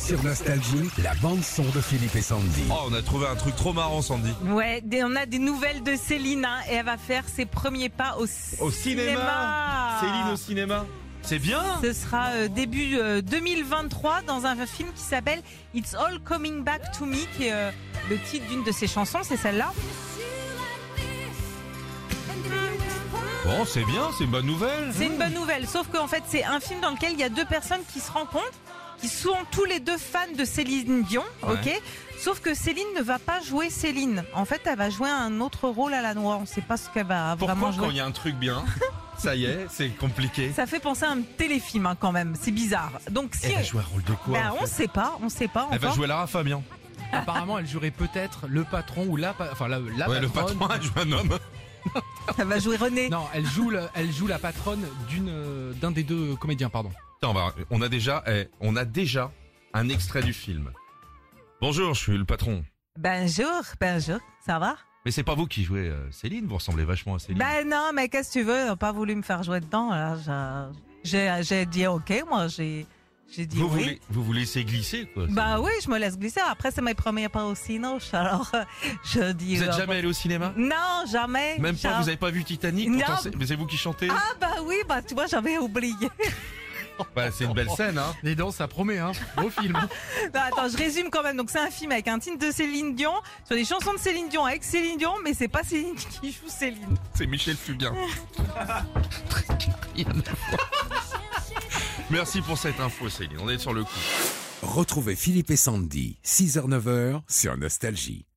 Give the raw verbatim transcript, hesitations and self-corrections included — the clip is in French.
Sur Nostalgie, la bande-son de Philippe et Sandy. Oh, on a trouvé un truc trop marrant, Sandy. Ouais, des- on a des nouvelles de Céline hein, et elle va faire ses premiers pas au, Au cinéma, Céline au cinéma. C'est bien. Ce sera euh, début euh, deux mille vingt-trois dans un film qui s'appelle It's All Coming Back to Me, qui est euh, le titre d'une de ses chansons, c'est celle-là. Bon, c'est bien, c'est une bonne nouvelle. C'est une bonne nouvelle, sauf qu'en fait c'est un film dans lequel il y a deux personnes qui se rencontrent, qui sont tous les deux fans de Céline Dion, Ouais. ok. Sauf que Céline ne va pas jouer Céline. En fait, elle va jouer un autre rôle à la noix. On ne sait pas ce qu'elle va Pourquoi vraiment quand jouer. il y a un truc bien, ça y est, c'est compliqué. Ça fait penser à un téléfilm hein, quand même. C'est bizarre. Donc si Elle va jouer un rôle de quoi ben, en on fait sait pas, on sait pas Elle va encore. jouer Lara Fabian. Apparemment, elle jouerait peut-être le patron ou la, pa- enfin la, la Ouais, le patronne. patron a joué un homme. Elle va jouer René. Non, elle joue, le- elle joue la patronne d'une, euh, d'un des deux comédiens, pardon. Attends, on, va- on a déjà, eh, on a déjà un extrait du film. Bonjour, je suis le patron. Bonjour, bonjour. Ça va? Mais c'est pas vous qui jouez euh, Céline, vous ressemblez vachement à Céline. Ben non, mais qu'est-ce que tu veux? Ils n'ont pas voulu me faire jouer dedans. Alors j'ai, j'ai, j'ai dit ok, moi j'ai, j'ai dit vous oui. voulez, vous vous laissez glisser quoi. Bah oui, je me laisse glisser. Après, c'est mes premiers pas au cinoche. Alors, euh, je dis. Vous êtes euh, jamais allé au cinéma? Non, jamais. Même pas, Jamais. vous avez pas vu Titanic? Non. Pourtant, c'est, mais c'est vous qui chantez? Ah bah oui, bah tu vois, j'avais oublié. Bah, c'est une belle scène, hein. Les dents, ça promet, hein. Beau film. Non, attends, je résume quand même. Donc c'est un film avec un titre de Céline Dion, sur des chansons de Céline Dion avec Céline Dion, mais c'est pas Céline qui joue Céline. C'est Michel Fugain. Merci pour cette info, Céline. On est sur le coup. Retrouvez Philippe et Sandy, six heures neuf heures sur Nostalgie.